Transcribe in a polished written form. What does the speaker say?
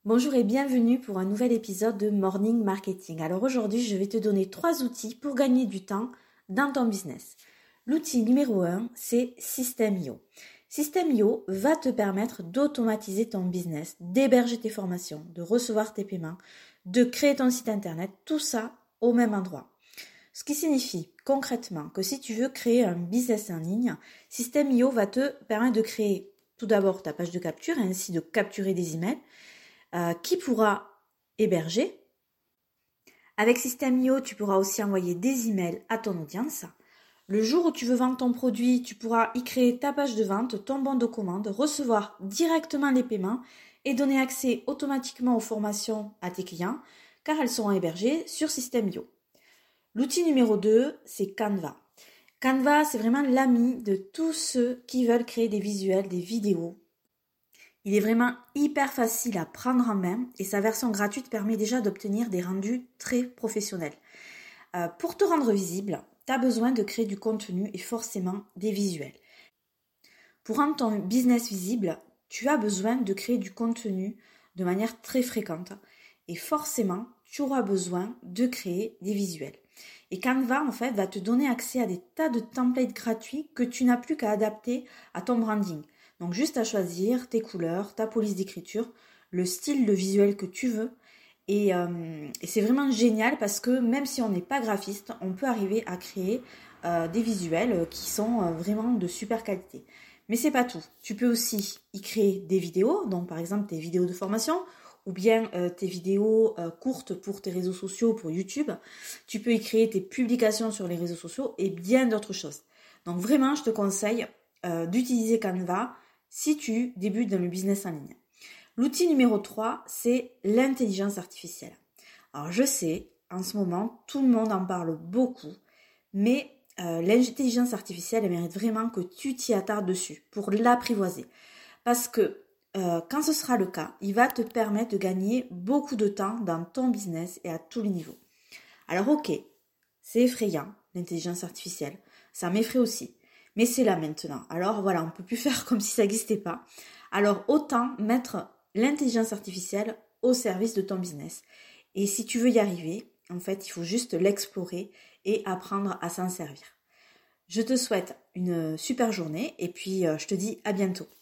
Bonjour et bienvenue pour un nouvel épisode de Morning Marketing. Alors aujourd'hui, je vais te donner 3 outils pour gagner du temps dans ton business. L'outil numéro 1, c'est System.io. System.io va te permettre d'automatiser ton business, d'héberger tes formations, de recevoir tes paiements, de créer ton site internet, tout ça au même endroit. Ce qui signifie concrètement que si tu veux créer un business en ligne, System.io va te permettre de créer tout d'abord ta page de capture et ainsi de capturer des emails qui pourra héberger. Avec System.io, tu pourras aussi envoyer des emails à ton audience. Le jour où tu veux vendre ton produit, tu pourras y créer ta page de vente, ton bon de commande, recevoir directement les paiements et donner accès automatiquement aux formations à tes clients car elles seront hébergées sur System.io. L'outil numéro 2, c'est Canva. Canva, c'est vraiment l'ami de tous ceux qui veulent créer des visuels, des vidéos. Il est vraiment hyper facile à prendre en main et sa version gratuite permet déjà d'obtenir des rendus très professionnels. Pour te rendre visible, tu as besoin de créer du contenu et forcément des visuels. Pour rendre ton business visible, tu as besoin de créer du contenu de manière très fréquente et forcément, tu auras besoin de créer des visuels. Et Canva, en fait, va te donner accès à des tas de templates gratuits que tu n'as plus qu'à adapter à ton branding. Donc juste à choisir tes couleurs, ta police d'écriture, le style de visuel que tu veux. Et c'est vraiment génial parce que même si on n'est pas graphiste, on peut arriver à créer des visuels qui sont vraiment de super qualité. Mais c'est pas tout. Tu peux aussi y créer des vidéos, donc par exemple tes vidéos de formation ou bien tes vidéos courtes pour tes réseaux sociaux, pour YouTube. Tu peux y créer tes publications sur les réseaux sociaux et bien d'autres choses. Donc vraiment, je te conseille d'utiliser Canva si tu débutes dans le business en ligne. L'outil numéro 3, c'est l'intelligence artificielle. Alors je sais, en ce moment, tout le monde en parle beaucoup, mais l'intelligence artificielle, elle mérite vraiment que tu t'y attardes dessus pour l'apprivoiser. Parce que quand ce sera le cas, il va te permettre de gagner beaucoup de temps dans ton business et à tous les niveaux. Alors ok, c'est effrayant, l'intelligence artificielle, ça m'effraie aussi. Mais c'est là maintenant. Alors voilà, on ne peut plus faire comme si ça n'existait pas. Alors autant mettre l'intelligence artificielle au service de ton business. Et si tu veux y arriver, en fait, il faut juste l'explorer et apprendre à s'en servir. Je te souhaite une super journée et puis je te dis à bientôt.